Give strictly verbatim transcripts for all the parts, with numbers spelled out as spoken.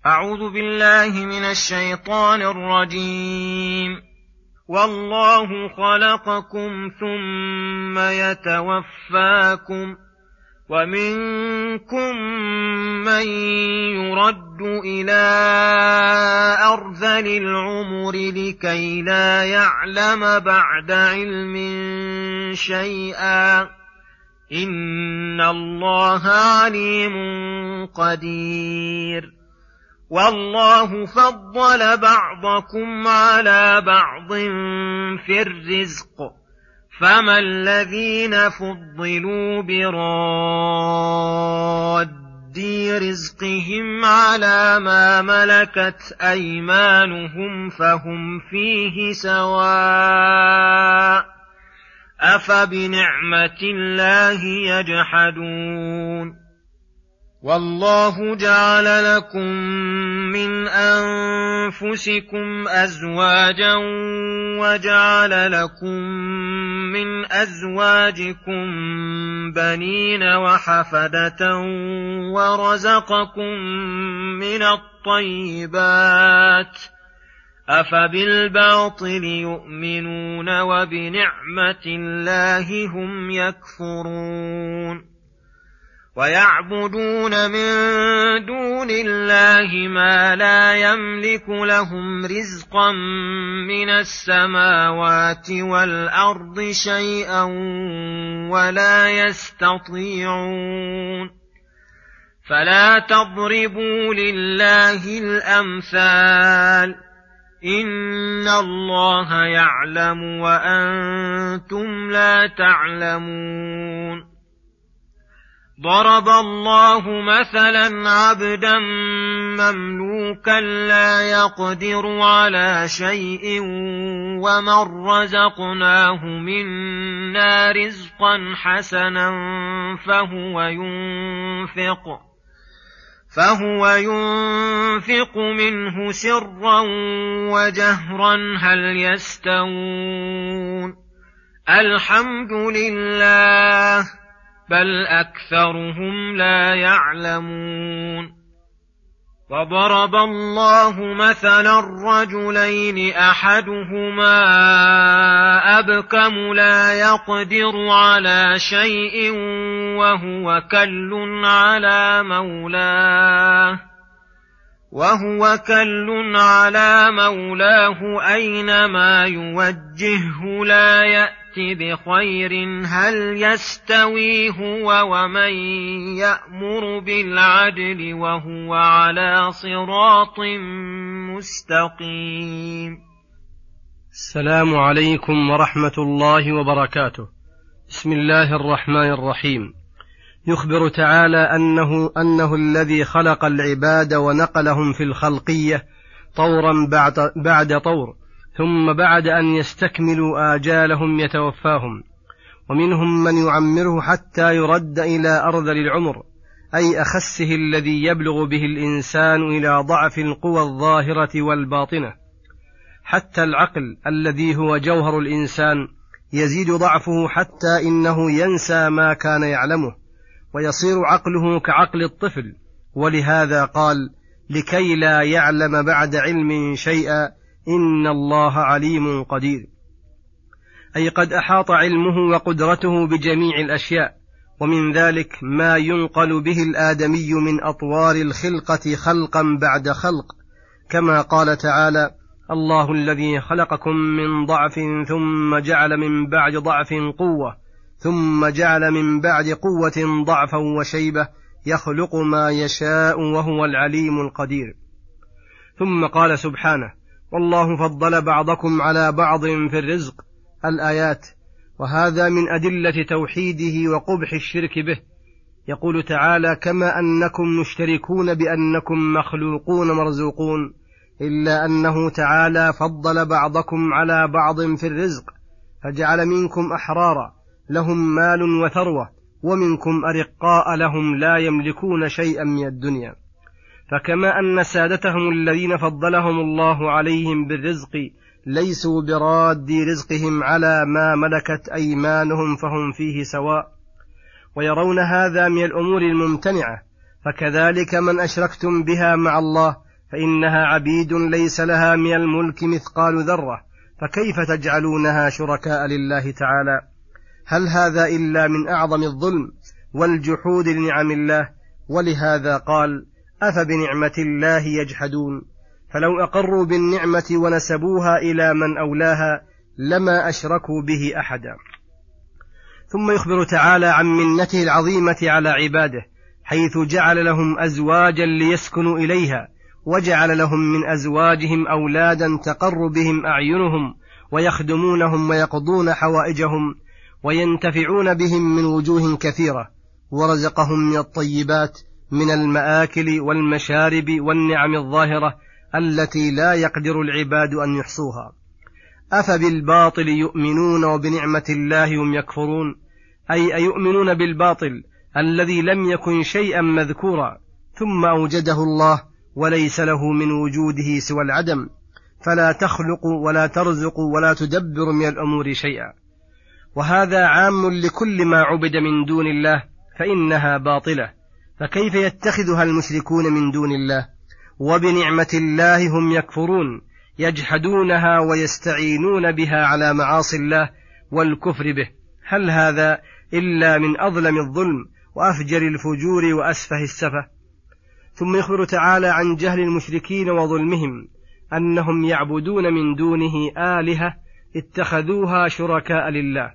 أعوذ بالله من الشيطان الرجيم. والله خلقكم ثم يتوفاكم ومنكم من يرد إلى أرذل العمر لكي لا يعلم بعد علم شيئا إن الله عليم قدير. والله فضل بعضكم على بعض في الرزق فما الذين فضلوا براد رزقهم على ما ملكت أيمانهم فهم فيه سواء أفبنعمة الله يجحدون. والله جعل لكم من أنفسكم أزواجا وجعل لكم من أزواجكم بنين وحفدة ورزقكم من الطيبات أفبالباطل يؤمنون وبنعمة الله هم يكفرون. ويعبدون من دون الله ما لا يملك لهم رزقا من السماوات والأرض شيئا ولا يستطيعون. فلا تضربوا لله الأمثال إن الله يعلم وأنتم لا تعلمون. ضرب الله مثلا عبدا مملوكا لا يقدر على شيء ومن رزقناه منا رزقا حسنا فهو ينفق فهو ينفق منه سرا وجهرا هل يستوون؟ الحمد لله بل أكثرهم لا يعلمون. وضرب الله مثلا رجلين أحدهما أبكم لا يقدر على شيء وهو كل على مولاه وهو كل على مولاه أينما يوجهه لا يأتي بخير هل يستوي هو ومن يأمر بالعدل وهو على صراط مستقيم. السلام عليكم ورحمة الله وبركاته. بسم الله الرحمن الرحيم. يخبر تعالى أنه, أنه الذي خلق العباد ونقلهم في الخلقية طورا بعد, بعد طور ثم بعد أن يستكملوا آجالهم يتوفاهم ومنهم من يعمره حتى يرد إلى أرذل العمر أي أخسه الذي يبلغ به الإنسان إلى ضعف القوى الظاهرة والباطنة. حتى العقل الذي هو جوهر الإنسان يزيد ضعفه حتى إنه ينسى ما كان يعلمه ويصير عقله كعقل الطفل. ولهذا قال لكي لا يعلم بعد علم شيئا إن الله عليم قدير، أي قد أحاط علمه وقدرته بجميع الأشياء، ومن ذلك ما ينقل به الآدمي من أطوار الخلقة خلقا بعد خلق، كما قال تعالى الله الذي خلقكم من ضعف ثم جعل من بعد ضعف قوة ثم جعل من بعد قوة ضعفا وشيبة يخلق ما يشاء وهو العليم القدير. ثم قال سبحانه والله فضل بعضكم على بعض في الرزق الآيات، وهذا من أدلة توحيده وقبح الشرك به. يقول تعالى كما أنكم مشتركون بأنكم مخلوقون مرزوقون، إلا أنه تعالى فضل بعضكم على بعض في الرزق فجعل منكم أحرارا لهم مال وثروة ومنكم أرقاء لهم لا يملكون شيئا من الدنيا. فكما أن سادتهم الذين فضلهم الله عليهم بالرزق ليسوا براد رزقهم على ما ملكت أيمانهم فهم فيه سواء، ويرون هذا من الأمور الممتنعة، فكذلك من أشركتم بها مع الله فإنها عبيد ليس لها من الملك مثقال ذرة، فكيف تجعلونها شركاء لله تعالى؟ هل هذا إلا من أعظم الظلم والجحود لنعم الله؟ ولهذا قال: أفبنعمة الله يجحدون. فلو أقروا بالنعمة ونسبوها إلى من أولاها لما أشركوا به أحدا. ثم يخبر تعالى عن منته العظيمة على عباده، حيث جعل لهم أزواجا ليسكنوا إليها، وجعل لهم من أزواجهم أولادا تقر بهم أعينهم ويخدمونهم ويقضون حوائجهم وينتفعون بهم من وجوه كثيرة، ورزقهم من الطيبات من المآكل والمشارب والنعم الظاهرة التي لا يقدر العباد أن يحصوها. أفبالباطل يؤمنون وبنعمة الله هم يكفرون؟ أي أيؤمنون بالباطل الذي لم يكن شيئا مذكورا ثم أوجده الله وليس له من وجوده سوى العدم، فلا تخلق ولا ترزق ولا تدبر من الأمور شيئا. وهذا عام لكل ما عبد من دون الله فإنها باطلة، فكيف يتخذها المشركون من دون الله؟ وبنعمة الله هم يكفرون، يجحدونها ويستعينون بها على معاصي الله والكفر به. هل هذا إلا من أظلم الظلم وأفجر الفجور وأسفه السفه؟ ثم يخبر تعالى عن جهل المشركين وظلمهم، أنهم يعبدون من دونه آلهة اتخذوها شركاء لله،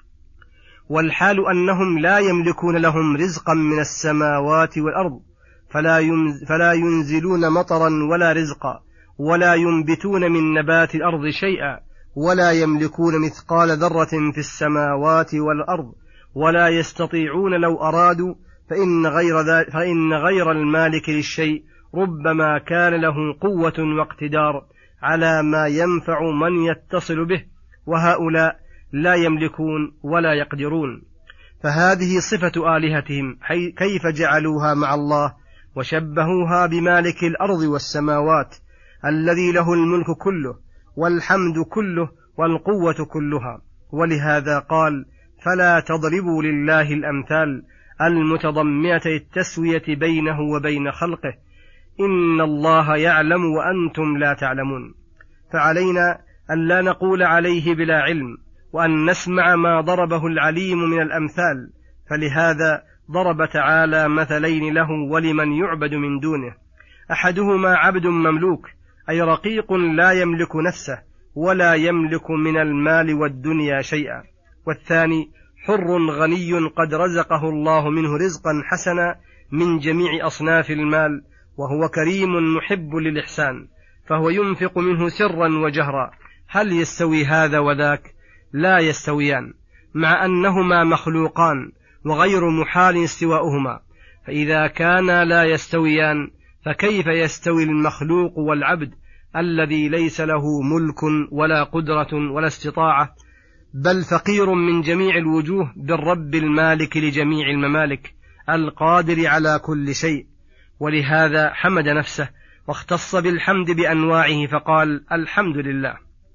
والحال أنهم لا يملكون لهم رزقا من السماوات والأرض، فلا ينزلون مطرا ولا رزقا، ولا ينبتون من نبات الأرض شيئا، ولا يملكون مثقال ذرة في السماوات والأرض، ولا يستطيعون لو أرادوا، فإن غير, فإن غير المالك للشيء ربما كان له قوة واقتدار على ما ينفع من يتصل به، وهؤلاء لا يملكون ولا يقدرون. فهذه صفة آلهتهم، كيف جعلوها مع الله وشبهوها بمالك الأرض والسماوات الذي له الملك كله والحمد كله والقوة كلها. ولهذا قال: فلا تضربوا لله الأمثال المتضمنة التسوية بينه وبين خلقه، إن الله يعلم وأنتم لا تعلمون. فعلينا أن لا نقول عليه بلا علم، وأن نسمع ما ضربه العليم من الأمثال، فلهذا ضرب تعالى مثلين له ولمن يعبد من دونه: أحدهما عبد مملوك، أي رقيق لا يملك نفسه ولا يملك من المال والدنيا شيئا، والثاني حر غني قد رزقه الله منه رزقا حسنا من جميع أصناف المال، وهو كريم محب للإحسان، فهو ينفق منه سرا وجهرا. هل يستوي هذا وذاك؟ لا يستويان، مع أنهما مخلوقان وغير محال استواؤهما. فإذا كانا لا يستويان فكيف يستوي المخلوق والعبد الذي ليس له ملك ولا قدرة ولا استطاعة، بل فقير من جميع الوجوه بالرب المالك لجميع الممالك القادر على كل شيء؟ ولهذا حمد نفسه واختص بالحمد بأنواعه فقال: الحمد لله.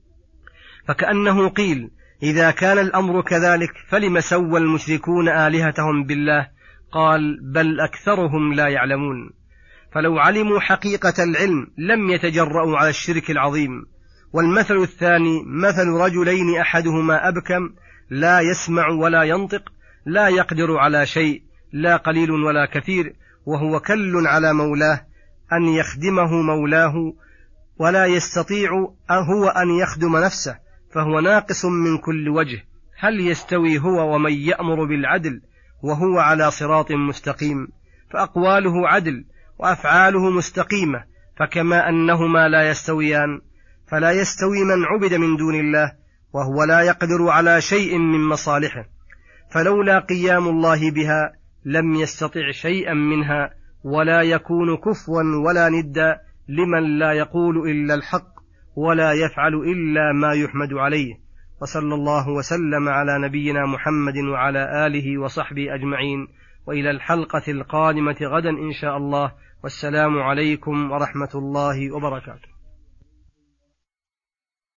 فكأنه قيل: إذا كان الأمر كذلك فلم سوى المشركون آلهتهم بالله؟ قال: بل أكثرهم لا يعلمون. فلو علموا حقيقة العلم لم يتجرؤوا على الشرك العظيم. والمثل الثاني مثل رجلين أحدهما أبكم لا يسمع ولا ينطق، لا يقدر على شيء، لا قليل ولا كثير، وهو كل على مولاه أن يخدمه مولاه، ولا يستطيع هو أن يخدم نفسه، فهو ناقص من كل وجه. هل يستوي هو ومن يأمر بالعدل وهو على صراط مستقيم؟ فأقواله عدل وأفعاله مستقيمة، فكما أنهما لا يستويان فلا يستوي من عبد من دون الله وهو لا يقدر على شيء من مصالحه، فلولا قيام الله بها لم يستطع شيئا منها، ولا يكون كفوا ولا ندا لمن لا يقول إلا الحق ولا يفعل إلا ما يحمد عليه. وصلى الله وسلم على نبينا محمد وعلى آله وصحبه أجمعين، وإلى الحلقة القادمة غدا إن شاء الله، والسلام عليكم ورحمة الله وبركاته.